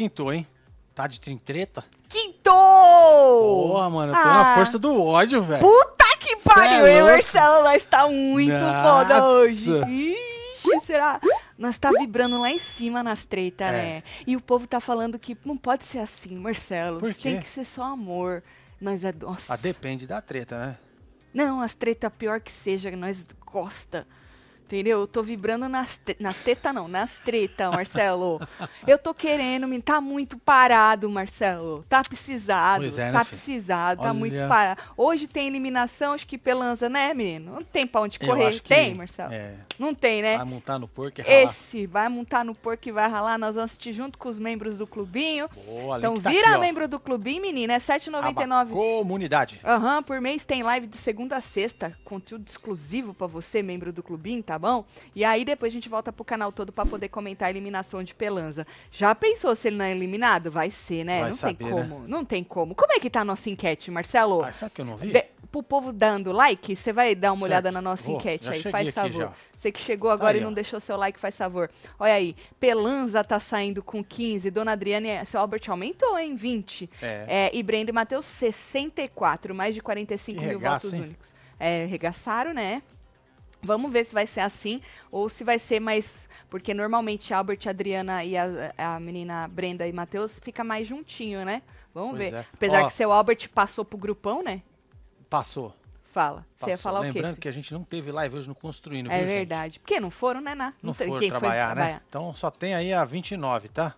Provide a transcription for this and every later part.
quintou, hein? Tá de treta? Quintou! Porra, mano, eu tô na força do ódio, velho. Puta que pariu, hein, louco? Marcelo? Nós tá muito Nossa. foda hoje. Ixi, será? Nós tá vibrando lá em cima nas tretas, né? E o povo tá falando que não pode ser assim, Marcelo. Por quê? Tem que ser só amor. Nós é... Nossa. Ah, depende da treta, né? Não, as tretas, pior que seja, nós gosta. Entendeu? Eu tô vibrando nas tetas não, nas tretas, Marcelo. Eu tô querendo, tá muito parado, Marcelo. Tá precisado, Pois é, né, tá filho? precisado, tá Olha. muito parado. Hoje tem eliminação, acho que Pelanza, né, menino? Não tem pra onde Eu correr. acho que Tem, Marcelo? é. Não tem, né? Vai montar no porco e ralar. Esse vai montar no porco e vai ralar. Nós vamos assistir junto com os membros do clubinho. Boa, Então link tá vira aqui, ó. membro do clubinho, menina. É R$7,99. Comunidade. Aham, por mês tem live de segunda a sexta, conteúdo exclusivo pra você, membro do clubinho, tá bom? E aí depois a gente volta pro canal todo pra poder comentar a eliminação de Pelanza. Já pensou se ele não é eliminado? Vai ser, né? Vai Não saber, tem como, não tem como. Como é que tá a nossa enquete, Marcelo? Ah, sabe que eu não vi? Pro povo dando like, você vai dar uma Certo. olhada na nossa Vou, enquete já aí, cheguei faz aqui favor. já. Você que chegou agora aí, e não ó. deixou seu like, faz favor. Olha aí, Pelanza tá saindo com 15, Dona Adriane, seu Albert aumentou, hein, 20. E Brenda e Matheus, 64, mais de 45 Que mil regaço, votos hein? únicos. Regaçaram, né? Vamos ver se vai ser assim ou se vai ser mais... Porque normalmente Albert, Adriana e a menina Brenda e Matheus fica mais juntinho, né? Vamos Pois ver. é. Apesar Ó. que seu Albert passou pro grupão, né? Passou. Fala. Você ia falar o quê? Lembrando que a gente não teve live hoje no Construindo, É viu, gente? verdade. Porque não foram, né, Ná? Não tem foram quem trabalhar, foi né? Então só tem aí a 29, tá?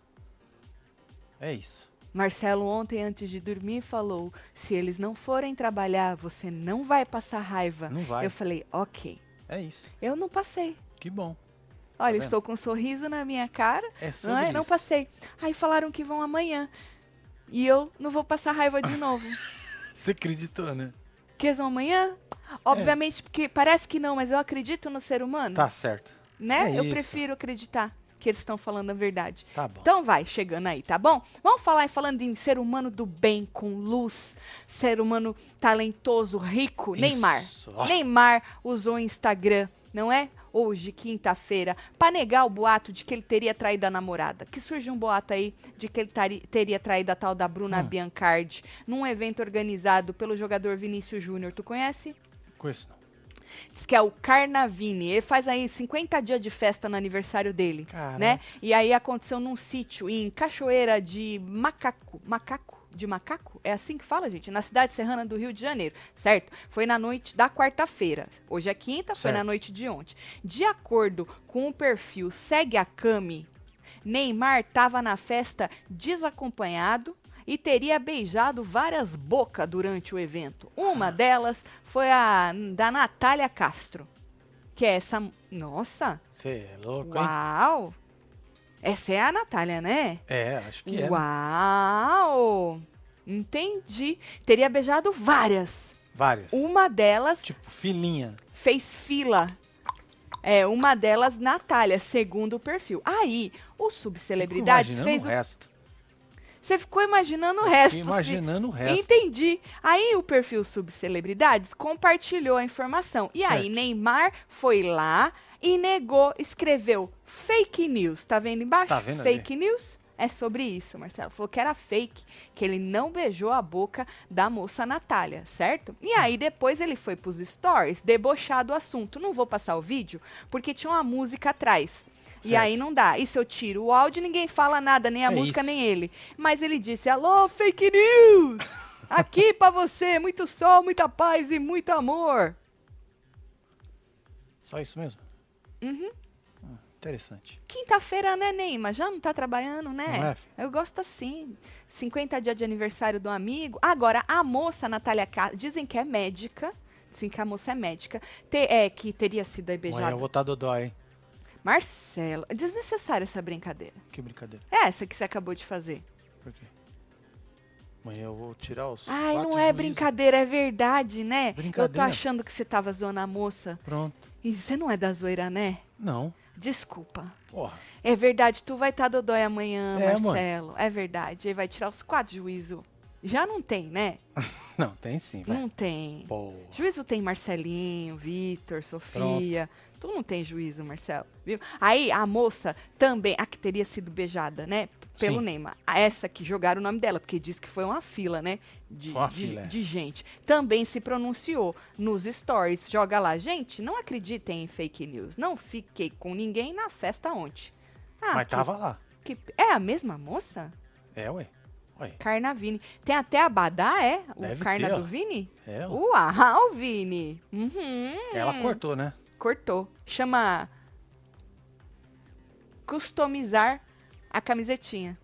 É isso. Marcelo ontem, antes de dormir, falou, se eles não forem trabalhar, você não vai passar raiva. Não vai. Eu falei, ok. É isso. Eu não passei. Que bom. Olha, eu vendo? estou com um sorriso na minha cara. É sobre Não isso. passei. Aí falaram que vão amanhã. E eu não vou passar raiva de novo. Você acreditou, né? Que eles vão amanhã? Obviamente, porque parece que não, mas eu acredito no ser humano. Tá certo. Né? É Eu isso. prefiro acreditar que eles estão falando a verdade. Tá bom. Então vai, chegando aí, tá bom? Vamos falar falando em ser humano do bem, com luz, ser humano talentoso, rico, Isso. Neymar. Ó. Neymar usou o Instagram, não é? Hoje, quinta-feira, para negar o boato de que ele teria traído a namorada. Que surge um boato aí de que ele teria traído a tal da Bruna Biancardi num evento organizado pelo jogador Vinícius Júnior. Tu conhece? Conheço não. Diz que é o Carnavini. Ele faz aí 50 dias de festa no aniversário dele, Caramba. né? E aí aconteceu num sítio em Cachoeira de Macaco. É assim que fala, gente? Na cidade serrana do Rio de Janeiro, certo? Foi na noite da quarta-feira. Hoje é quinta, foi Certo. na noite de ontem. De acordo com o perfil Segue a Cami, Neymar estava na festa desacompanhado e teria beijado várias bocas durante o evento. Uma delas foi a da Natália Castro, que é essa... Nossa! Você é louco, hein? Uau! Essa é a Natália, né? É, acho que é. Uau! Entendi. Teria beijado várias. Várias. Uma delas Tipo, filhinha. fez fila. Uma delas, Natália, segundo o perfil. Aí, o Subcelebridades fez o resto. Você ficou imaginando o resto. Fiquei imaginando o resto. Entendi. Aí o perfil Subcelebridades compartilhou a informação. E aí Certo. Neymar foi lá e negou, escreveu fake news. Tá vendo embaixo? Tá vendo ali? Fake news? É sobre isso, Marcelo. Falou que era fake, que ele não beijou a boca da moça Natália, certo? E aí depois ele foi pros stories, debochar do assunto. Não vou passar o vídeo, porque tinha uma música atrás. E Certo. aí não dá. E se eu tiro o áudio, ninguém fala nada, nem a É música, isso. nem ele. Mas ele disse, alô, fake news! Aqui pra você, muito sol, muita paz e muito amor. Só isso mesmo? Uhum. Interessante. Quinta-feira, né, Neymar? Já não tá trabalhando, né? Não é, filho? Eu gosto assim. 50 dias de aniversário do amigo. Agora, a moça, Natália Castro, dizem que é médica. Dizem que a moça é médica. Que teria sido aí Amanhã beijada. eu vou estar dodói, hein? Marcelo, é desnecessária essa brincadeira. Que brincadeira. É essa que você acabou de fazer. Por quê? Amanhã eu vou tirar os Ai, 4 não é juízos. brincadeira, é verdade, né? Eu tô Brincadeira. achando que você tava zoando a moça. Pronto. E você não é da zoeira, né? Não. Desculpa. Porra. É verdade, tu vai estar dodói amanhã, É, Marcelo. É verdade. Ele vai tirar os 4 juízos. Já não tem, né? Não, tem sim, vai. Não tem. Pô. Juízo tem Marcelinho, Vitor, Sofia. Tu não tem juízo, Marcelo, viu? Aí a moça também, a que teria sido beijada, né? Pelo Sim. Neymar. Essa que jogaram o nome dela, porque diz que foi uma fila, né? Foi uma fila, de gente. Também se pronunciou nos stories. Joga lá. Gente, não acreditem em fake news. Não fiquei com ninguém na festa ontem. Mas tava lá. É a mesma moça? É, ué. Carnavini. Tem até a Badá, é? Deve O Carna ter, ó. do Vini? É, ó. Uau, Vini. Uhum. Ela cortou, né? Cortou. Chama customizar a camisetinha.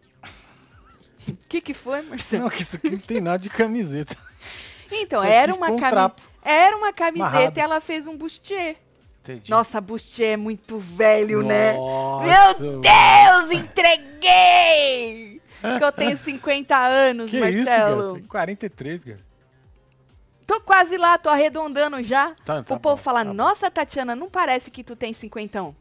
O que foi, Marcelo? Não, que isso aqui não tem nada de camiseta. Então, Só era quis uma pôr um trapo era uma camiseta amarrado. e ela fez um bustier. Entendi. Nossa, bustier é muito velho, né? Nossa, Meu Deus, entreguei! Que eu tenho 50 anos, que Marcelo. isso, cara? 43, cara. Tô quase lá, tô arredondando já. Tá O povo bom, falar, tá bom. nossa, Tatiana, não parece que tu tem 50.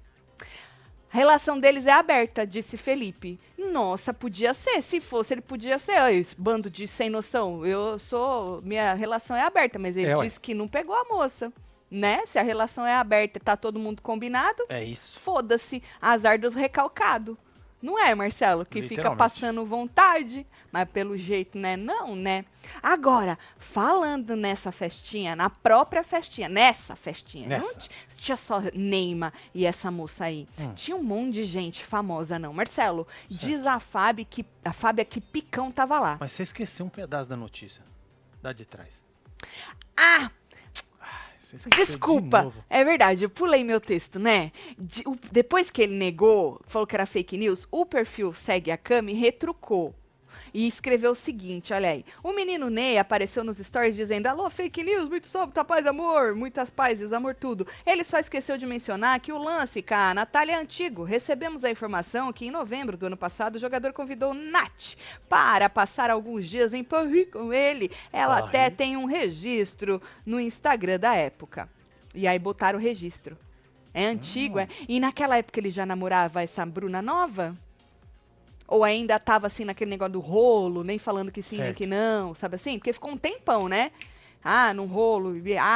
A relação deles é aberta, disse Felipe. Nossa, podia ser. Se fosse, ele podia ser. Ai, esse bando de sem noção. Minha relação é aberta, mas ele ué. disse que não pegou a moça. Né? Se a relação é aberta e tá todo mundo combinado, É isso. foda-se. Azar dos recalcados. Não é, Marcelo? Que fica Literalmente. passando vontade, mas pelo jeito, né? Não, né? Agora, falando nessa festinha, na própria festinha, nessa festinha, não tinha só Neymar e essa moça aí. Tinha um monte de gente famosa, não. Marcelo, diz a Fábia que Picão tava lá. Mas você esqueceu um pedaço da notícia. Da de trás. Ah! Você esqueceu de Desculpa, novo. é verdade, eu pulei meu texto, né? Depois que ele negou, falou que era fake news, o perfil Segue a Cami retrucou e escreveu o seguinte, olha aí. O menino Ney apareceu nos stories dizendo, alô, fake news, muito sobre, tá paz, amor, muitas pazes, amor, tudo. Ele só esqueceu de mencionar que o lance com a Natália é antigo. Recebemos a informação que em novembro do ano passado o jogador convidou Nath para passar alguns dias em Paris com ele. Ela até tem um registro no Instagram da época. E aí botaram o registro. É antigo, é? E naquela época ele já namorava essa Bruna Nova? Ou ainda tava assim naquele negócio do rolo, nem falando que sim, nem que não, sabe assim? Porque ficou um tempão, né? Ah, num rolo,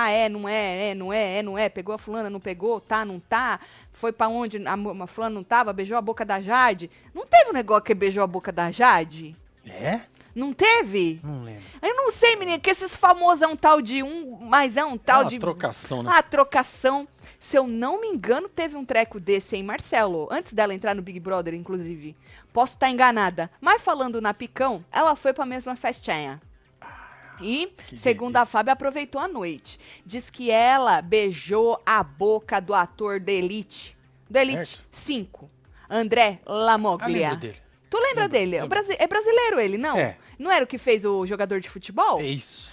não é, pegou a fulana, não pegou, tá, não tá, foi pra onde a fulana não tava, beijou a boca da Jade. Não teve um negócio que beijou a boca da Jade? É? Não teve? Não lembro. Eu não sei, menina, que esses famosos é um tal de mas é um tal de... trocação, né? Ah, trocação. Se eu não me engano, teve um treco desse, hein, Marcelo? Antes dela entrar no Big Brother, inclusive. Posso estar enganada. Mas falando na Picão, ela foi pra mesma festinha. E, segundo a Fábia, aproveitou a noite. Diz que ela beijou a boca do ator da Elite. Do Elite 5. André Lamoglia. Lembro dele. Tu lembra dele? lembro. É brasileiro ele, não? É. Não era o que fez o jogador de futebol? É isso.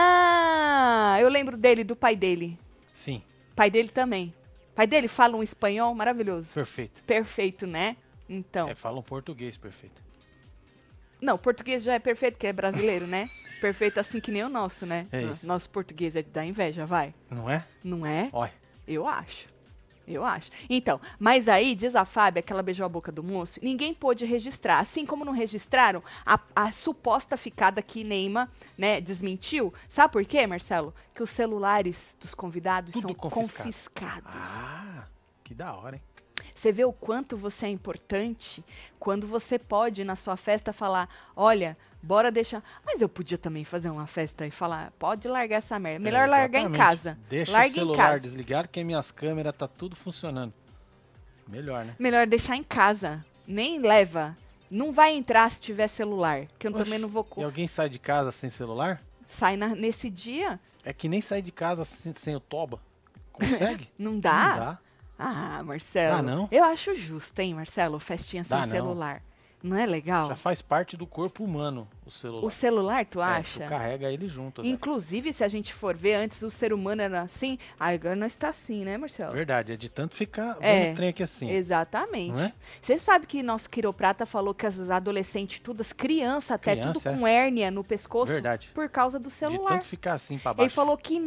Ah, eu lembro dele, do pai dele. Sim, Pai dele também. Pai dele fala um espanhol maravilhoso. perfeito. Perfeito, né? Então. É, fala um português perfeito. Não, português já é perfeito, que é brasileiro, né? Perfeito assim que nem o nosso, né? É isso. Nosso português é de dar inveja, vai. Não é? Não é? Olha. Eu acho. Eu acho. Então, mas aí, diz a Fábia que ela beijou a boca do moço, ninguém pôde registrar. Assim como não registraram a suposta ficada que Neymar, né, desmentiu. Sabe por quê, Marcelo? Que os celulares dos convidados Tudo são confiscado. confiscados. Ah, que da hora, hein? Você vê o quanto você é importante quando você pode, na sua festa, falar, olha, bora deixar... Mas eu podia também fazer uma festa e falar, pode largar essa merda. Melhor largar em Exatamente. casa. Deixa Larga o celular em casa. desligado, que minhas câmeras tá tudo funcionando. Melhor, né? Melhor deixar em casa. Nem leva. Não vai entrar se tiver celular, que eu Oxe, também não vou... E alguém sai de casa sem celular? Sai nesse dia, É que nem sai de casa sem o toba. Consegue? não dá? Não dá. Ah, Marcelo. Dá não? Eu acho justo, hein, Marcelo? Festinha sem Dá não. celular. Não é legal? Já faz parte do corpo humano o celular. O celular, tu É, acha? tu carrega ele junto. velho. Inclusive, se a gente for ver, antes o ser humano era assim, agora nós tá assim, né, Marcelo? Verdade, é de tanto ficar É, vendo trem aqui assim. Exatamente. Não é? Você sabe que nosso quiroprata falou que as adolescentes, tudo, as crianças até, Criança, tudo com hérnia no pescoço, Verdade. por causa do De celular. tanto ficar assim pra Ele baixo. falou que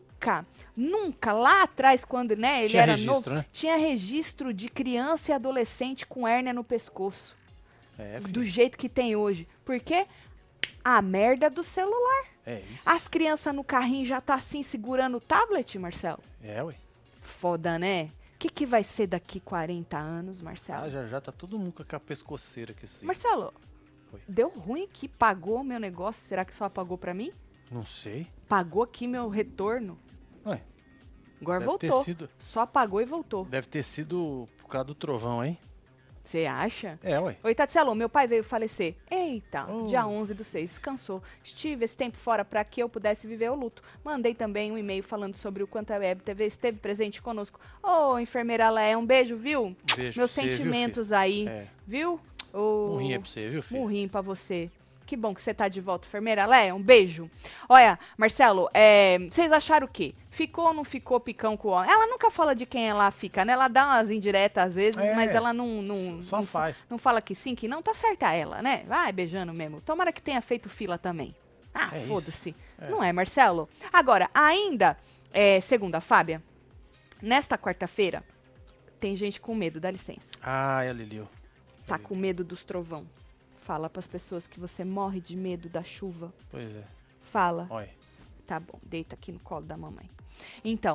nunca, lá atrás, quando né, ele Tinha era registro, novo, né? tinha registro de criança e adolescente com hérnia no pescoço. É, filho. Do jeito que tem hoje. Por quê? A merda do celular. É isso. As crianças no carrinho já tá assim segurando o tablet, Marcelo? É, ué. Foda, né? O que vai ser daqui 40 anos, Marcelo? Ah, já tá todo mundo com a pescoceira aqui assim. Marcelo, Oi. deu ruim aqui, pagou meu negócio, será que só pagou pra mim? Não sei. Pagou aqui meu retorno. Ué, Agora deve voltou. ter sido, Só pagou e voltou. deve ter sido por causa do trovão, hein? Você acha? É, ué. Oi, Tatselo, meu pai veio falecer. Eita, Oh. dia 11/6, descansou. Estive esse tempo fora para que eu pudesse viver o luto. Mandei também um e-mail falando sobre o quanto a Web TV esteve presente conosco. Ô, enfermeira Léa, um beijo, viu? Beijo Meus pra você, sentimentos viu, aí, filho? É. viu? Ô, Murrinho é pra você, viu, filho? murrinho pra você. Que bom que você tá de volta, enfermeira Léa, um beijo. Olha, Marcelo, vocês acharam o quê? Ficou ou não ficou picão com o homem? Ela nunca fala de quem ela fica, né? Ela dá umas indiretas às vezes, É, mas ela não Só faz. não fala que sim, que não, tá certa ela, né? Vai beijando mesmo. Tomara que tenha feito fila também. Ah, É foda-se. isso. É. Não é, Marcelo? Agora, ainda, segundo a Fábia, nesta quarta-feira, tem gente com medo, dá licença. Ah, é a Liliu. Tá com medo dos trovão. Fala pras pessoas que você morre de medo da chuva. Pois é. Fala. Olha. Tá bom, deita aqui no colo da mamãe. Então,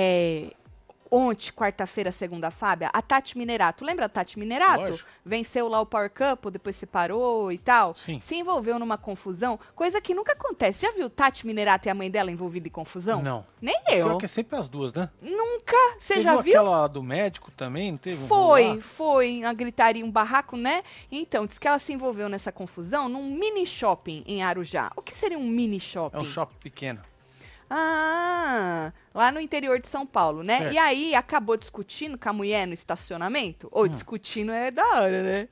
ontem, quarta-feira, segundo a Fábia, a Tati Minerato, lembra a Tati Minerato? Lógico. Venceu lá o Power Couple, depois se parou e tal. Sim. Se envolveu numa confusão, coisa que nunca acontece. Já viu Tati Minerato e a mãe dela envolvida em confusão? Não. Nem Pior eu. que é sempre as duas, né? Nunca. Você Teve já viu? aquela do médico também, não teve? Um rolo lá? Foi, uma gritaria, um barraco, né? Então, diz que ela se envolveu nessa confusão num mini shopping em Arujá. O que seria um mini shopping? É um shopping pequeno. Ah, lá no interior de São Paulo, né? Certo. E aí acabou discutindo com a mulher no estacionamento. Ou discutindo é da hora, né?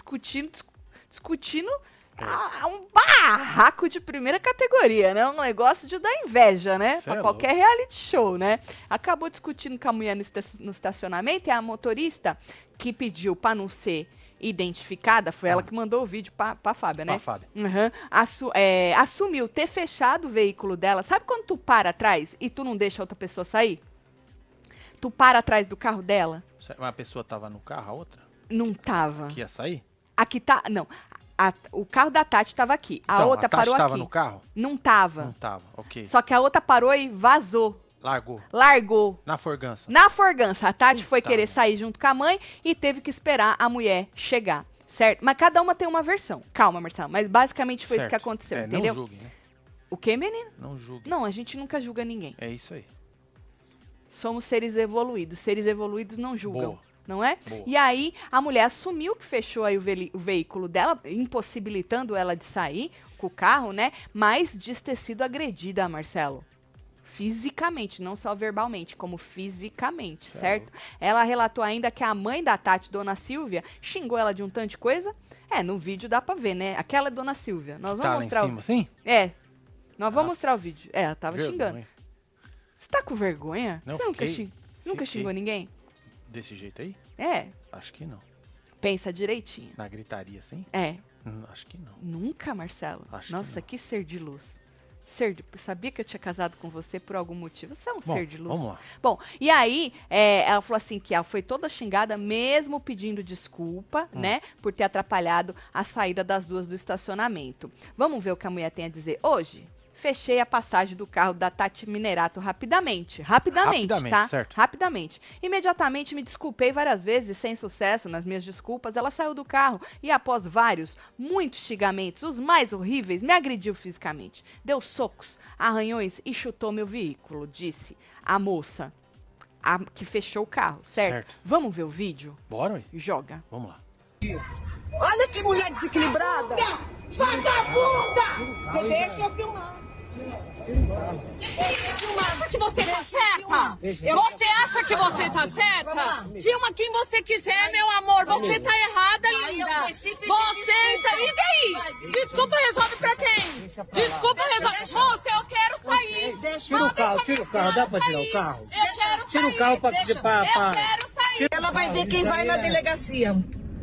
Discutindo um barraco de primeira categoria, né? Um negócio de dar inveja, né? Cê Pra é qualquer reality show, né? Acabou discutindo com a mulher no estacionamento e a motorista que pediu pra não ser identificada, foi ela que mandou o vídeo pra Fábia, né? Pra Fábia. Uhum. Assumiu ter fechado o veículo dela. Sabe quando tu para atrás e tu não deixa a outra pessoa sair? Tu para atrás do carro dela? Uma pessoa tava no carro, a outra? Não tava. Que ia sair? Aqui tá. Não. O carro da Tati tava aqui. A Então, outra a Tati parou tava aqui. no carro? Não tava. Não tava, ok. Só que a outra parou e vazou. Largou. Na forgança. Na forgança. A Tati foi Puta querer merda. sair junto com a mãe e teve que esperar a mulher chegar. Certo? Mas cada uma tem uma versão. Calma, Marcelo. Mas basicamente foi isso que Certo. aconteceu, É, entendeu? Não julguem, né? O quê, menino? Não julguem. Não, a gente nunca julga ninguém. É isso aí. Somos seres evoluídos. Seres evoluídos não julgam. Boa. Não é? Boa. E aí, a mulher assumiu que fechou aí o veículo dela, impossibilitando ela de sair com o carro, né? Mas diz ter sido agredida, Marcelo. Fisicamente, não só verbalmente, como fisicamente, certo? Ela relatou ainda que a mãe da Tati, Dona Silvia, xingou ela de um tanto de coisa. No vídeo dá pra ver, né? Aquela é Dona Silvia. Nós Tá vamos lá em mostrar cima, assim? Nós vamos mostrar o vídeo. Ela tava Vergonha. xingando. Você tá com vergonha? Não, Você nunca, fiquei. nunca Fiquei. xingou ninguém? Desse jeito aí? É, Acho que não. pensa direitinho. Na gritaria, assim? Acho que não. Nunca, Marcelo? Acho que Nossa, não. que ser de luz. Sabia que eu tinha casado com você por algum motivo. Você é um Bom, ser de luz. vamos lá. Bom, e aí, ela falou assim que ela foi toda xingada, mesmo pedindo desculpa, né? Por ter atrapalhado a saída das duas do estacionamento. Vamos ver o que a mulher tem a dizer hoje? Fechei a passagem do carro da Tati Minerato rapidamente, tá? Certo. Rapidamente. Imediatamente me desculpei várias vezes, sem sucesso nas minhas desculpas. Ela saiu do carro e, após muitos xingamentos, os mais horríveis, me agrediu fisicamente. Deu socos, arranhões e chutou meu veículo, disse a moça que fechou o carro, certo? Vamos ver o vídeo? Bora, ué. Joga. Vamos lá. Olha que mulher desequilibrada! Vagabunda! Deixa eu filmar. Acha que você tá certa? Você acha que você tá certa? Filma quem você quiser, meu amor. Você tá errada, linda. Você está... E daí? Desculpa, resolve pra quem? Desculpa, resolve. Moça, eu quero sair. Tira o carro, dá pra tirar o carro? Eu quero Tira o sair. carro pra... Eu quero sair. Ela vai ver quem vai na delegacia.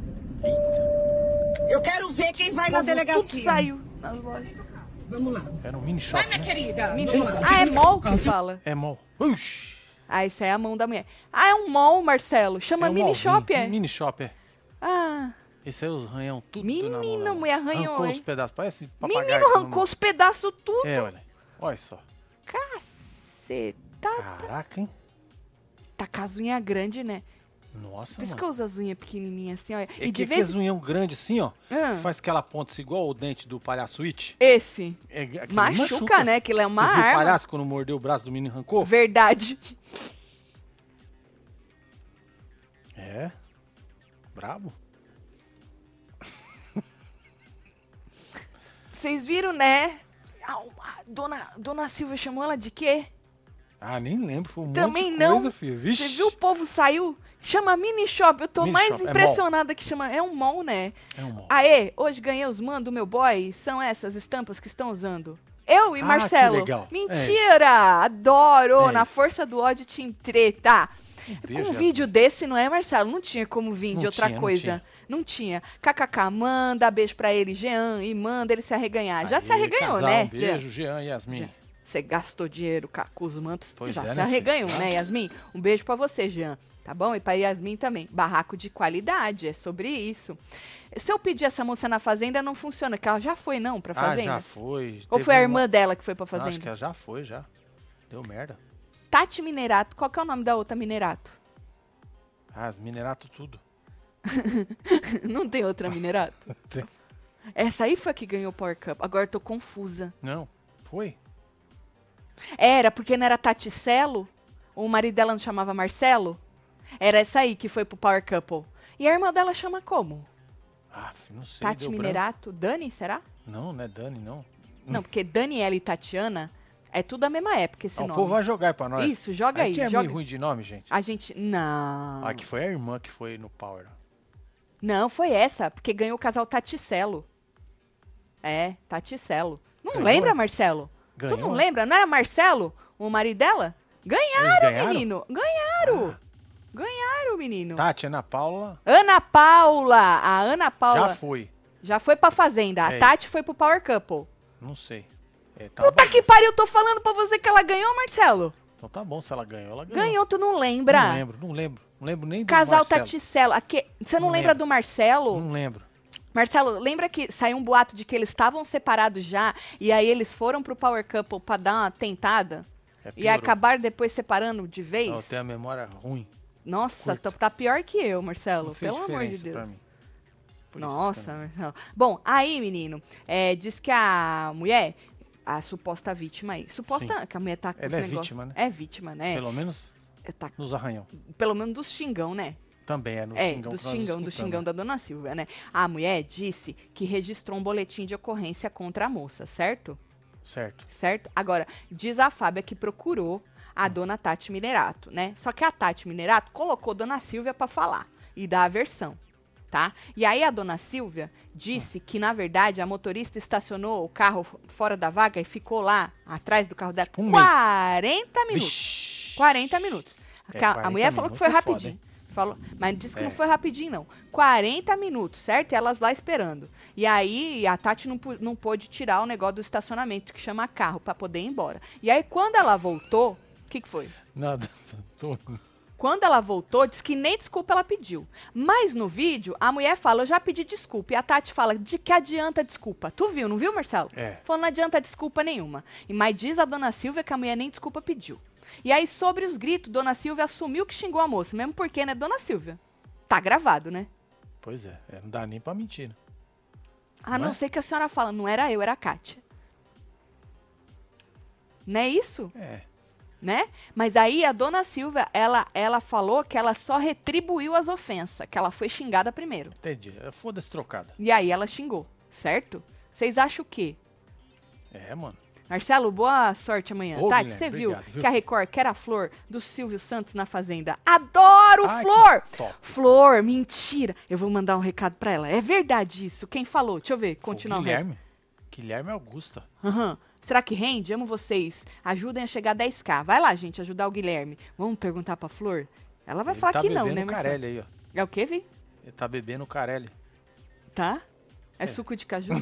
Eu quero ver quem vai na Tudo delegacia. saiu nas lojas. Vamos lá. Era um mini Vai, shopping. minha querida. Ah, é mall que fala. É mall. Uxi. Ah, isso aí é a mão da mulher. Ah, é um mall, Marcelo. Chama É um mini mallzinho, shop, é? Um mini shop, é. Ah, Esse aí, os arranhão tudo na mão. Menino, mulher arranhou, Arrancou hein? os pedaços, parece papagaio. Menino, arrancou os pedaços tudo. É, olha. Olha só. Caceta. Caraca, hein? Tá com as unhas grandes, né? Nossa, Por isso que mano. eu uso as unhas pequenininhas assim, ó. É E de que vez aqueles unhão grande assim, ó. Ah. Faz aquela ponta assim, igual o dente do palhaço It. Esse. Aquilo Machuca, né? Aquilo é uma Você viu o arma. palhaço quando mordeu o braço do menino e arrancou? Verdade. É. Brabo. Vocês viram, né? A dona Silvia chamou ela de quê? Ah, nem lembro. Foi um Também monte de não. coisa, filho. Vixe. Você viu o povo saiu? Chama mini shop. Eu tô Mini mais shop, é impressionada que chama. É um mall, né? É um mal. Aê, hoje ganhei os man do meu boy. São essas estampas que estão usando. Eu e Ah, Marcelo. que legal. Mentira! Adoro! É Na isso. força do ódio te entreta. beijo, Com um Yasmin. vídeo desse, não é, Marcelo? Não tinha como vir de Não outra tinha, não coisa. Não tinha. KKK, manda beijo pra ele, Jean, e manda ele se arreganhar. Já se Aê, arreganhou, casal, né? Um beijo, Jean e Yasmin. Jean. Você gastou dinheiro com os mantos, Pois já é, se né, arreganhou, filho? né, Yasmin? Um beijo pra você, Jean, tá bom? E pra Yasmin também. Barraco de qualidade, é sobre isso. Se eu pedir essa moça na fazenda, não funciona, que ela já foi, não, pra Ah, fazenda? já foi. Ou Teve foi a uma- irmã dela que foi pra Não, acho fazenda? que ela já foi, já. Deu merda. Tati Minerato, qual que é o nome da outra Minerato? Ah, as minerato tudo. Não tem outra Minerato? Tem. Essa aí foi a que ganhou o Power Cup. Agora eu tô confusa. Não, foi? Era, porque não era Taticelo? O marido dela não chamava Marcelo? Era essa aí que foi pro Power Couple. E a irmã dela chama como? Ah, não sei. Tati deu branco. Minerato? Dani, será? Não, não é Dani, não. Não, porque Daniela e Tatiana é tudo da mesma época esse Ah, o nome. povo vai jogar aí pra nós. Isso, joga aí. que é joga. meio ruim de nome, gente. A gente. Não. Ah, que foi a irmã que foi no Power. Não, foi essa, porque ganhou o casal Taticelo. É, Taticelo. Não Ganhou? lembra, Marcelo? Ganhou? Tu não lembra? Não era Marcelo, o marido dela? Eles Ganharam, ganharam? menino. Ganharam. Ah. Ganharam, menino. Tati, Ana Paula, Ana Paula. A Ana Paula já foi. já foi pra Fazenda. A É Tati foi pro Power Couple. Não sei. É, tá Puta bom. que pariu, tô falando pra você que ela ganhou, Marcelo. Então tá bom, se ela ganhou, ela ganhou. Ganhou, tu não lembra? Não lembro, não lembro. Não lembro nem do Casal Marcelo. Taticelo. Você não Não lembra lembro. do Marcelo? Não lembro. Marcelo, lembra que saiu um boato de que eles estavam separados já e aí eles foram pro Power Couple pra dar uma tentada? É, E piorou. acabaram depois separando de vez? Eu tenho a memória ruim. Nossa, curto. tá pior que eu, Marcelo. Não fez Pelo amor de diferença pra Deus. mim. Por isso Nossa, também. Marcelo. Bom, aí, menino, diz que a mulher, a suposta vítima aí, suposta Sim. que a mulher tá com Ela os é negócios. vítima, né? É vítima, né? Pelo menos Tá, nos arranhão. pelo menos dos xingão, né? Também é no É, xingão do que nós xingão, do escutamos. xingão da dona Silvia, né? A mulher disse que registrou um boletim de ocorrência contra a moça, certo? Certo. Certo? Agora, diz a Fábia que procurou a dona Tati Minerato, né? Só que a Tati Minerato colocou dona Silvia pra falar e dar a versão, tá? E aí a dona Silvia disse que, na verdade, a motorista estacionou o carro fora da vaga e ficou lá, atrás do carro dela, Um mês. 40 minutos. Vixe. 40 minutos. É, Que a 40 mulher falou que foi minutos é foda, rapidinho. hein? Falou, mas disse que É. não foi rapidinho, não. 40 minutos, certo? E elas lá esperando. E aí a Tati não pôde tirar o negócio do estacionamento, que chama carro, pra poder ir embora. E aí quando ela voltou, o que foi? Nada. Tô- Quando ela voltou, disse que nem desculpa ela pediu. Mas no vídeo, a mulher fala, eu já pedi desculpa. E a Tati fala, de que adianta desculpa? Tu viu, não viu, Marcelo? É. Falou, não adianta desculpa nenhuma. Mas diz a dona Silvia que a mulher nem desculpa pediu. E aí, sobre os gritos, dona Silvia assumiu que xingou a moça. Mesmo porque, né, dona Silvia? Tá gravado, né? Pois é, não dá nem pra mentir. Né? A Não não é? ser que a senhora fala, não era eu, era a Kátia. Não é isso? É. Né? Mas aí a dona Silvia, ela falou que ela só retribuiu as ofensas, que ela foi xingada primeiro. Entendi. Foda-se trocada. E aí ela xingou, certo? Vocês acham o quê? É, mano. Marcelo, boa sorte amanhã. Ô, Tati, Guilherme, você viu obrigado, viu? que a Record quer a flor do Silvio Santos na Fazenda? Adoro Ai, flor! que top. Flor, mentira. Eu vou mandar um recado pra ela. É verdade isso. Quem falou? Deixa eu ver, continuar o resto. Guilherme. Guilherme Augusta. Aham. Será que rende? Amo vocês. Ajudem a chegar a 10k. Vai lá, gente, ajudar o Guilherme. Vamos perguntar pra Flor? Ela vai Ele falar tá que não, bebendo né, Marcelo? Carelli aí, ó. É o quê, Vi? Ele tá bebendo Carelli. Tá? É suco de caju?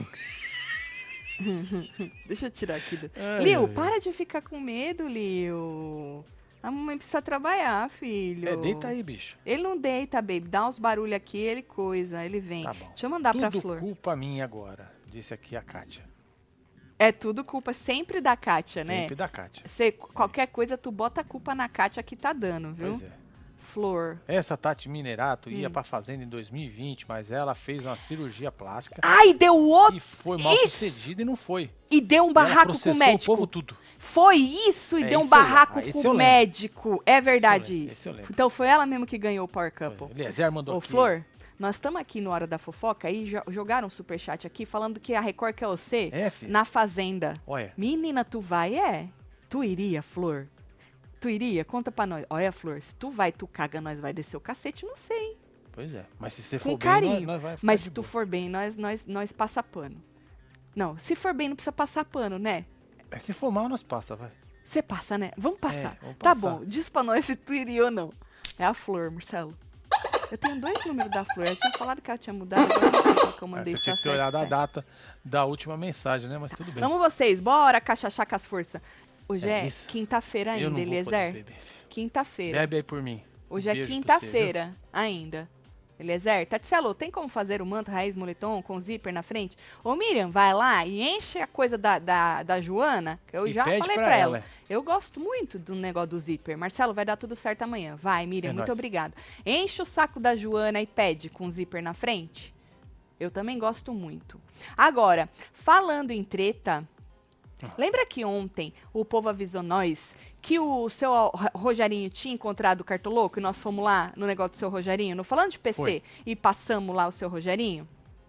Deixa eu tirar aqui. Ai, Liu, ai, para de ficar com medo, Liu. A mamãe precisa trabalhar, filho. Deita aí, bicho. Ele não deita, baby. Dá uns barulhos aqui, ele coisa, ele vem. Tá bom. Deixa eu mandar pra Tudo Flor. culpa minha agora, disse aqui a Kátia. É tudo culpa sempre da Kátia, né? Sempre da Kátia. Qualquer coisa, tu bota a culpa na Kátia que tá dando, viu? Pois é. Flor. Essa Tati Minerato ia pra fazenda em 2020, mas ela fez uma cirurgia plástica Ai, deu outro. e foi mal sucedida e não foi. E deu um E ela barraco com processou o médico. o povo tudo. Foi isso, e É deu um isso aí, barraco esse com eu o lembro. médico. É verdade Esse eu isso. lembro. Então foi ela mesmo que ganhou o Power Couple. Eliezer mandou Ô, aqui. Flor, nós estamos aqui no Hora da Fofoca e jogaram um superchat aqui falando que a Record quer você É, filho? na Fazenda. Olha. Menina, tu vai? É. Tu iria, Flor? Tu iria? Conta pra nós. Olha, Flor, se tu vai, tu caga, nós vai descer o cacete, não sei, hein? Pois é. Mas se você Com for carinho. bem, nós vai ficar Mas de se tu boa. for bem, nós passa pano. Não, se for bem, não precisa passar pano, né? Se for mal, nós passa, vai. Você passa, né? Vamos passar. vamos Tá passar. bom, diz pra nós se tu iria ou não. É a Flor, Marcelo. Eu tenho 2 números da Flor. Eu tinha falado que ela tinha mudado, agora eu não sei qual que eu mandei. Você se tinha tá que ter olhado a certo, tá? data da última mensagem, né? Mas tudo bem. Vamos vocês, bora cachachá com as forças. Hoje É é isso. quinta-feira Eu não ainda, vou poder Eliezer. beber, filho. Quinta-feira. Bebe aí por mim. Hoje é Beijo pra você, quinta-feira ainda. Eliezer, Tatselo, tem como fazer o manto raiz moletom com zíper na frente? Ô Miriam, vai lá e enche a coisa da Joana, que eu E já pede falei pra pra ela. ela. Eu gosto muito do negócio do zíper. Marcelo, vai dar tudo certo amanhã. Vai, Miriam, É muito nóis. obrigada. Enche o saco da Joana e pede com zíper na frente. Eu também gosto muito. Agora, falando em treta, lembra que ontem o povo avisou nós que o seu Rogerinho tinha encontrado o Cartoloco e nós fomos lá no negócio do seu Rogerinho, no Falando de PC, Foi. e passamos lá o seu Rogerinho?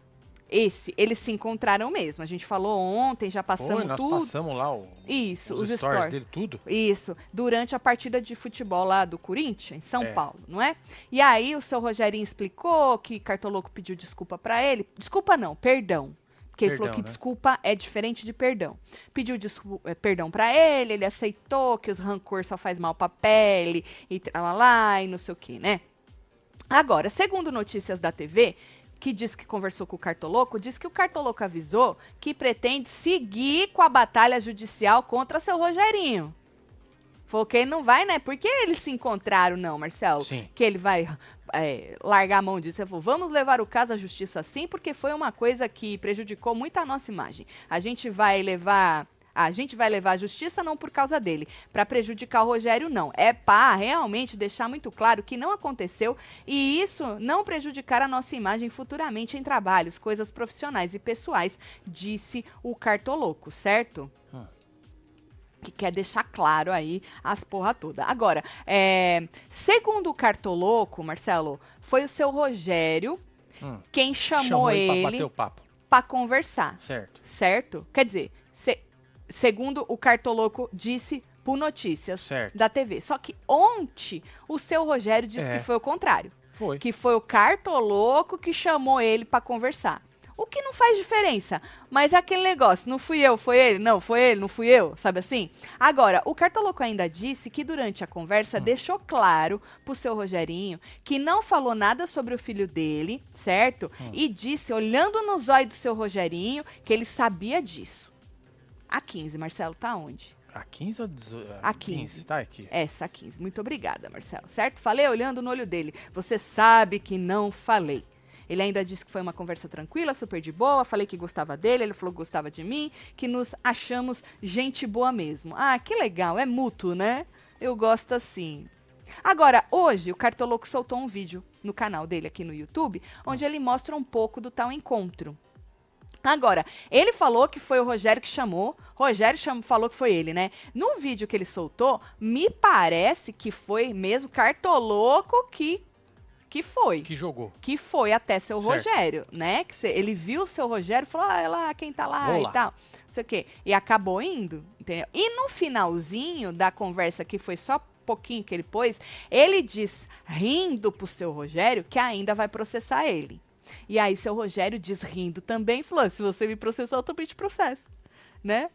Eles se encontraram mesmo. A gente falou ontem, já passamos Foi, nós tudo. passamos lá Isso, os os stories stories. dele, tudo. Isso, durante a partida de futebol lá do Corinthians, em São É. Paulo, não é? E aí o seu Rogerinho explicou que Cartoloco pediu desculpa pra ele. Desculpa não, perdão. Porque ele falou Perdão, que né? desculpa é diferente de perdão. Pediu perdão pra ele, ele aceitou que os rancor só faz mal pra pele, e lá e não sei o que, né? Agora, segundo notícias da TV, que diz que conversou com o Cartoloco, diz que o Cartoloco avisou que pretende seguir com a batalha judicial contra seu Rogerinho. Falou que ele não vai, né? Porque eles se encontraram, não, Marcelo? Sim. Que ele vai largar a mão disso. Ele falou, vamos levar o caso à justiça sim, porque foi uma coisa que prejudicou muito a nossa imagem. A gente vai levar à justiça não por causa dele, para prejudicar o Rogério, não. É para realmente deixar muito claro que não aconteceu e isso não prejudicar a nossa imagem futuramente em trabalhos, coisas profissionais e pessoais, disse o Cartoloco, certo? Que quer deixar claro aí as porra toda. Agora, segundo o Cartoloco, Marcelo, foi o seu Rogério quem chamou ele pra bater ele o papo. para conversar, Certo. certo? Quer dizer, segundo o Cartoloco disse por notícias Certo. da TV. Só que ontem o seu Rogério disse que foi o contrário. Foi. Que foi o Cartoloco que chamou ele para conversar. O que não faz diferença, mas é aquele negócio, não fui eu, foi ele, não, foi ele, não fui eu, sabe assim? Agora, o Cartoloco ainda disse que durante a conversa deixou claro pro seu Rogerinho que não falou nada sobre o filho dele, certo? E disse, olhando nos olhos do seu Rogerinho, que ele sabia disso. A 15, Marcelo, tá onde? A 15 ou 18? A 15. Tá aqui. Essa 15. Muito obrigada, Marcelo, certo? Falei olhando no olho dele. Você sabe que não falei. Ele ainda disse que foi uma conversa tranquila, super de boa. Falei que gostava dele, ele falou que gostava de mim, que nos achamos gente boa mesmo. Ah, que legal, é mútuo, né? Eu gosto assim. Agora, hoje, o Cartoloco soltou um vídeo no canal dele aqui no YouTube, onde ele mostra um pouco do tal encontro. Agora, ele falou que foi o Rogério que chamou, falou que foi ele, né? No vídeo que ele soltou, me parece que foi mesmo Cartoloco que foi. Que jogou. Que foi até seu Certo. Rogério, né? Ele viu o seu Rogério e falou, é lá, quem tá lá Vou e lá. tal. Não sei o quê. E acabou indo, entendeu? E no finalzinho da conversa, que foi só pouquinho que ele pôs, ele diz, rindo pro seu Rogério, que ainda vai processar ele. E aí seu Rogério diz, rindo também, falou, se você me processar, eu também te processo, né?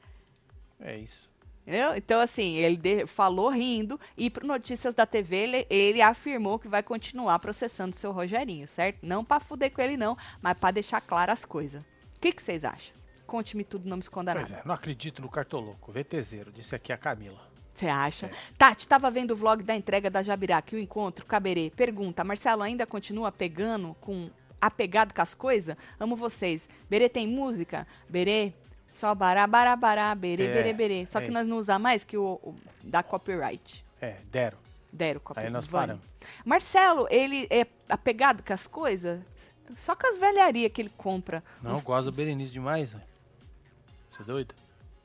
É isso. Entendeu? Então, assim, ele falou rindo e pro Notícias da TV ele afirmou que vai continuar processando o seu Rogerinho, certo? Não pra fuder com ele, não, mas pra deixar claras as coisas. O que vocês acham? Conte-me tudo, não me esconda Pois nada. é, não acredito no Cartoloco. VTZero, disse aqui a Camila. Você acha? Tati, tava vendo o vlog da entrega da Jabiraca e o encontro com a Berê. Pergunta, Marcelo ainda continua apegado com as coisas? Amo vocês. Berê tem música? Berê, só bará, bará, bará, berê, berê, berê. Só que nós não usamos mais que o da copyright. Deram copyright. Aí nós paramos. Marcelo, ele é apegado com as coisas? Só com as velharias que ele compra. Não, eu gosto do Berenice demais, velho. Você é doido?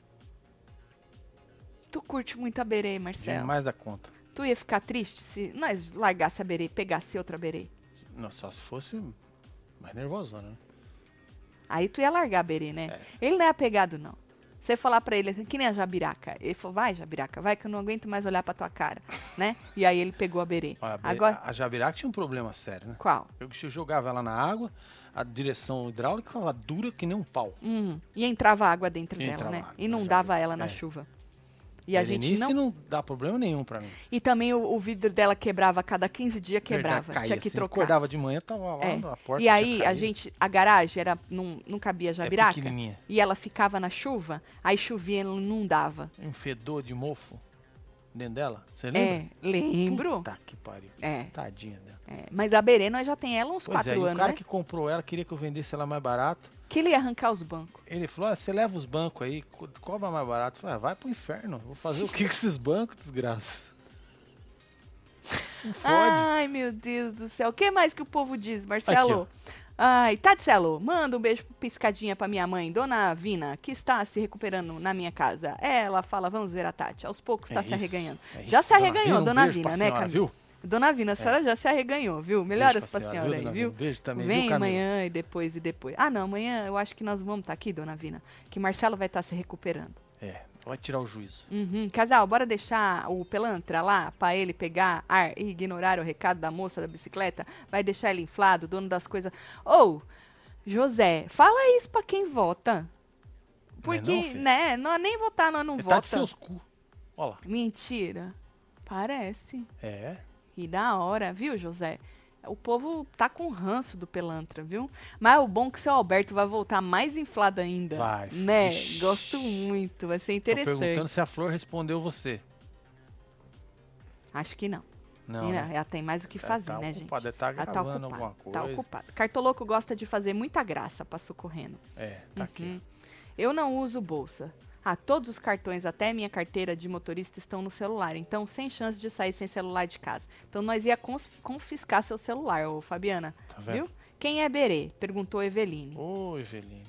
Tu curte muito a Berê, Marcelo. Demais da conta. Tu ia ficar triste se nós largasse a Berê e pegasse outra Berê? Não, só se fosse mais nervosona, né? Aí tu ia largar a Berê, né? Ele não é apegado, não. Você falar pra ele assim, que nem a Jabiraca. Ele falou, vai, Jabiraca, vai que eu não aguento mais olhar pra tua cara, né? E aí ele pegou a Berê. Agora, a Jabiraca tinha um problema sério, né? qual? Eu jogava ela na água, a direção hidráulica ficava dura que nem um pau. E entrava água dentro dela, Entrava né? água, Inundava ela na chuva. E a gente não dá problema nenhum pra mim. E também o vidro dela quebrava a cada 15 dias, quebrava. Caía, tinha que assim, trocar. Acordava de manhã, tava lá na porta. E aí a garagem não cabia Jabiraca. Pequenininha. E ela ficava na chuva, aí chovia e ela não dava. Um fedor de mofo dentro dela. Você lembra? Lembro. Puta que pariu. Tadinha dela. Mas a Berê, nós já tem ela uns 4 anos, o cara né? que comprou ela queria que eu vendesse ela mais barato. Que ele ia arrancar os bancos. Ele falou, você leva os bancos aí, cobra mais barato. Eu falei, vai pro inferno. Vou fazer o que com esses bancos, desgraça? Não fode. Ai, meu Deus do céu. O que mais que o povo diz, Marcelo? Aqui, ai, Tatselo, manda um beijo piscadinha pra minha mãe, Dona Vina, que está se recuperando na minha casa. Ela fala, vamos ver a Tati. Aos poucos está se arreganhando. Já se arreganhou, Dona Vina, né, Camila? Viu? Dona Vina, a senhora já se arreganhou, viu? Melhoras pra senhora aí, viu? Beijo também, Vem viu, amanhã e depois. Ah, não, amanhã eu acho que nós vamos estar aqui, Dona Vina, que Marcelo vai estar se recuperando. Vai tirar o juízo. Casal, bora deixar o Pelantra lá pra ele pegar ar e ignorar o recado da moça da bicicleta? Vai deixar ele inflado, dono das coisas. José, fala isso pra quem vota. Porque, não, nem votar nós não vota. Tá de seus cu. Olha lá. Mentira. Parece. É. Que da hora, viu, José? O povo tá com ranço do Pelantra, viu? Mas o bom é que o seu Alberto vai voltar mais inflado ainda. Vai. Né? Ixi. Gosto muito, vai ser Tô interessante. perguntando se a Flor respondeu você. Acho que não. Não. Ela tem mais o que fazer, né, gente? Ela tá gravando alguma coisa. Tá ocupada. Cartoloco gosta de fazer muita graça pra socorrendo. Tá aqui. Eu não uso bolsa. Todos os cartões, até minha carteira de motorista, estão no celular. Então, sem chance de sair sem celular de casa. Então, nós ia confiscar seu celular, ô Fabiana. Tá vendo? Viu? Quem é Berê? Perguntou Eveline. Ô, Eveline.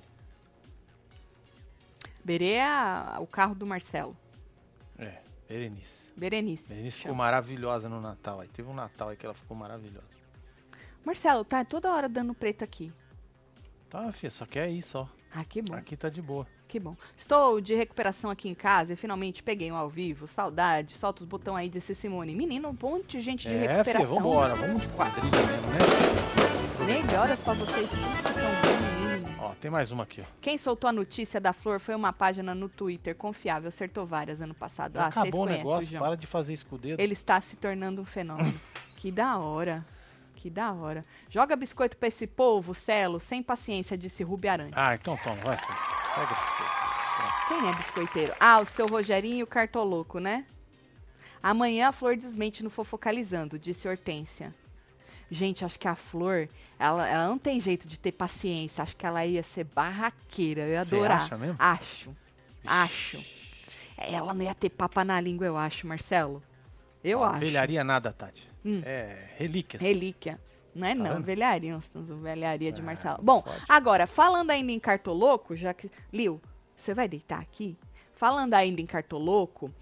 Berê é o carro do Marcelo. Berenice. Berenice. Berenice ficou maravilhosa no Natal. Aí teve um Natal aí que ela ficou maravilhosa. Marcelo, tá toda hora dando preto aqui. Tá, filha, só que é isso, ó. Que bom. Aqui tá de boa. Que bom. Estou de recuperação aqui em casa e finalmente peguei um ao vivo. Saudade. Solta os botões aí, disse Simone. Menino, um monte de gente de recuperação. Filha, vambora. Vamos de quadrilha mesmo, né? Melhoras pra vocês. Tudo que tão bem, menino. Ó, tem mais uma aqui, ó. Quem soltou a notícia da Flor foi uma página no Twitter confiável. Acertou várias ano passado. Já vocês acabou o conhecem negócio, o João. para de fazer isso com o dedo. Ele está se tornando um fenômeno. Que da hora. Que da hora. Joga biscoito pra esse povo, Celo, sem paciência, disse Rubi Arantes. Então toma, vai, filho. Pega biscoito. Quem é biscoiteiro? O seu Rogerinho e o Cartoloco, né? Amanhã a Flor desmente no Fofocalizando, disse Hortência. Gente, acho que a Flor, ela não tem jeito de ter paciência. Acho que ela ia ser barraqueira. Eu ia adorar. Você acha mesmo? Acho. Ela não ia ter papa na língua, eu acho, Marcelo. Eu acho. Velharia nada, Tati. Relíquias. Relíquia. Não é Tá não, vendo? velharia de Marcelo. Bom, agora, falando ainda em Cartoloco, já que... Liu, você vai deitar aqui? Falando ainda em Cartoloco,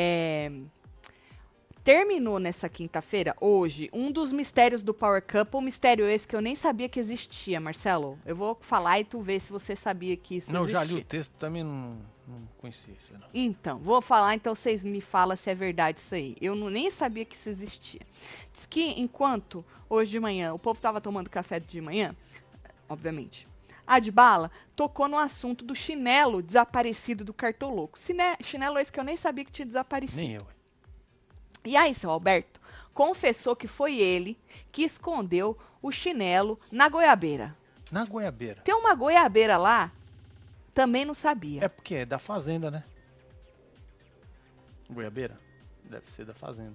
terminou nessa quinta-feira, hoje, um dos mistérios do Power Couple, mistério esse que eu nem sabia que existia, Marcelo. Eu vou falar e tu vê se você sabia que isso Não, existia. já li o texto, também não conhecia isso, não. Então, vou falar, então vocês me falam se é verdade isso aí. Eu nem sabia que isso existia. Diz que enquanto, hoje de manhã, o povo estava tomando café de manhã, obviamente, a Adbala tocou no assunto do chinelo desaparecido do Cartoloco. Chinelo esse que eu nem sabia que tinha desaparecido. Nem eu. E aí, seu Alberto confessou que foi ele que escondeu o chinelo na goiabeira. Na goiabeira. Tem uma goiabeira lá, também não sabia. É porque é da fazenda, né? Goiabeira. Deve ser da fazenda.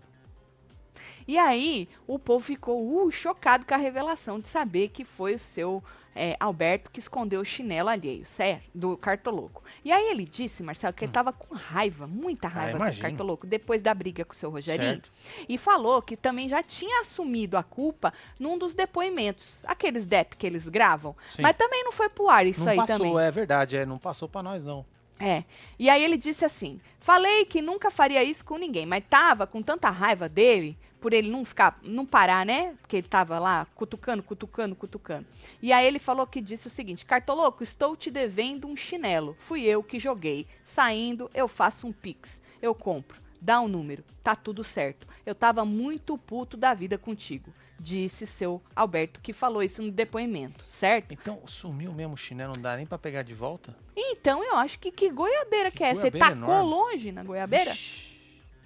E aí, o povo ficou chocado com a revelação de saber que foi o seu Alberto que escondeu o chinelo alheio, certo? Do cartoloco. E aí ele disse, Marcelo, que ele tava com raiva, muita raiva do imagino. cartoloco, depois da briga com o seu Rogerinho. Certo. E falou que também já tinha assumido a culpa num dos depoimentos. Aqueles DEP que eles gravam. Sim. Mas também não foi pro ar isso Não aí passou, também. é verdade, não passou pra nós, não. E aí ele disse assim, falei que nunca faria isso com ninguém, mas tava com tanta raiva dele, por ele não parar, né? Porque ele tava lá cutucando. E aí ele falou que disse o seguinte, cartoloco, estou te devendo um chinelo, fui eu que joguei, saindo eu faço um pix, eu compro, dá um número, tá tudo certo, eu tava muito puto da vida contigo. Disse seu Alberto, que falou isso no depoimento, certo? Então, sumiu mesmo o chinelo, não dá nem pra pegar de volta? Então, eu acho que goiabeira que é essa? Você goiabeira tacou enorme. longe na goiabeira? Vixe.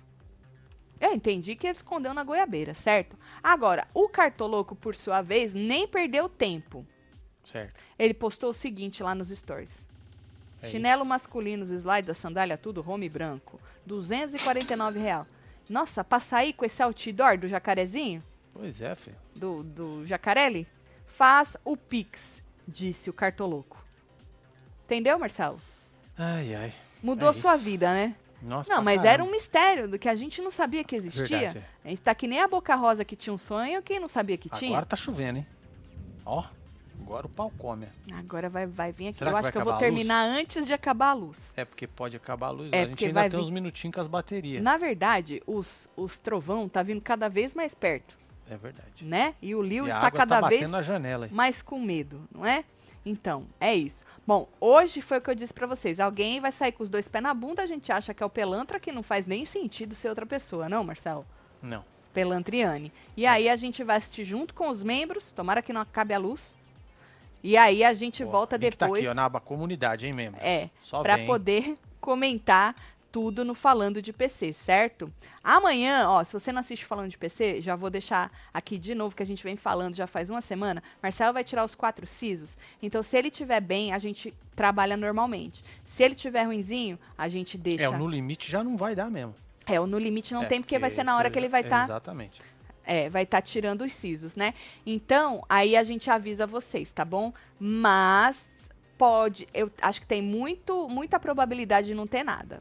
Eu entendi que ele escondeu na goiabeira, certo? Agora, o cartoloco, por sua vez, nem perdeu tempo. Certo. Ele postou o seguinte lá nos stories. É Chinelo isso. masculino, os slides da sandália, tudo home branco. R$249. Nossa, pra sair com esse outdoor do jacarezinho? Pois é, filho. Do Jacarelli, faz o Pix, disse o cartoloco. Entendeu, Marcelo? Ai, ai. Mudou É sua isso. vida, né? Nossa, Não, pra mas caramba. era um mistério do que a gente não sabia que existia. Verdade, A gente tá que nem a Boca Rosa que tinha um sonho, quem não sabia que tinha. Agora tá chovendo, hein? Ó, agora o pau come. Agora vai vir aqui. Será Eu que acho vai que eu vou acabar a terminar antes de acabar a luz. É porque pode acabar a luz. É, A gente porque ainda vai tem vir- uns minutinhos com as baterias. Na verdade, os trovão tá vindo cada vez mais perto, É verdade. né? E o Leo E a está água cada tá vez batendo na janela. Hein? mais com medo, não é? Então, é isso. Bom, hoje foi o que eu disse pra vocês. Alguém vai sair com os dois pés na bunda, a gente acha que é o Pelantra, que não faz nem sentido ser outra pessoa, não, Marcelo? Não. Pelantriane. E aí a gente vai assistir junto com os membros, tomara que não acabe a luz. E aí a gente Ó, volta o link depois. Tá aqui, ó, na aba comunidade, hein, membro? Só Pra vem. poder comentar tudo no Falando de PC, certo? Amanhã, ó, se você não assiste Falando de PC, já vou deixar aqui de novo, que a gente vem falando já faz uma semana. Marcelo vai tirar os 4 sisos. Então, se ele tiver bem, a gente trabalha normalmente. Se ele tiver ruinzinho, a gente deixa. O No Limite já não vai dar mesmo. O No Limite não tem, porque vai ser na hora que ele vai estar. Exatamente. Vai estar tirando os sisos, né? Então, aí a gente avisa vocês, tá bom? Mas eu acho que tem muita probabilidade de não ter nada.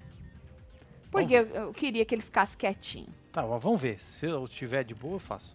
Porque eu queria que ele ficasse quietinho. Tá, mas vamos ver. Se eu tiver de boa, eu faço.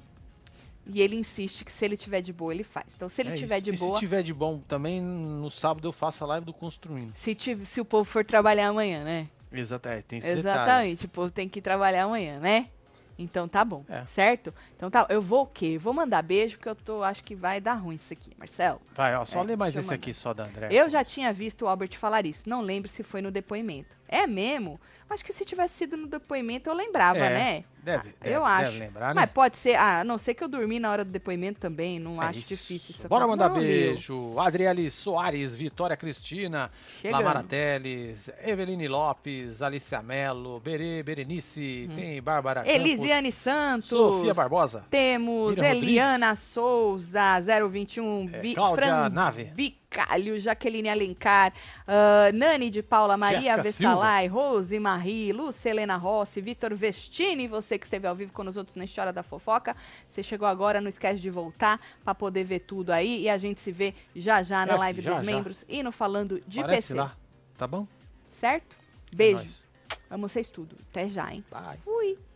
E ele insiste que se ele tiver de boa, ele faz. Então, se ele tiver isso. de E boa, se tiver de bom também, no sábado eu faço a live do Construindo. se o povo for trabalhar amanhã, né? Exatamente, tem esse detalhe. Exatamente, o povo tem que trabalhar amanhã, né? Então tá bom, certo? Então tá, eu vou o quê? Eu vou mandar beijo, porque acho que vai dar ruim isso aqui, Marcelo. Vai, ó, só lê mais deixa eu esse mandar. aqui só da André. Eu já tinha visto o Albert falar isso, não lembro se foi no depoimento. É mesmo? Acho que se tivesse sido no depoimento eu lembrava, né? Eu acho. Deve lembrar, né? Mas pode ser, a não ser que eu dormi na hora do depoimento também, não acho isso. difícil isso. Bora mandar Não, beijo. Adriele Soares, Vitória Cristina, Chegando. Lamara Teles, Eveline Lopes, Alicia Mello, Berenice, tem Bárbara Campos, Elisiane Santos. Sofia Barbosa, Temos Miriam Eliana Souza, 021, Cláudia Fran Nave. Bicalho, Jaqueline Alencar, Nani de Paula, Maria Jéssica Vessalai, Rose Marie, Lúcia Helena Rossi, Vitor Vestini, você que esteve ao vivo com os outros na História da Fofoca. Você chegou agora, não esquece de voltar para poder ver tudo aí. E a gente se vê já já na live dos membros e no Falando de Aparece PC. lá, tá bom? Certo? Beijo. É nóis. Amo vocês tudo. Até já, hein? Bye. Fui.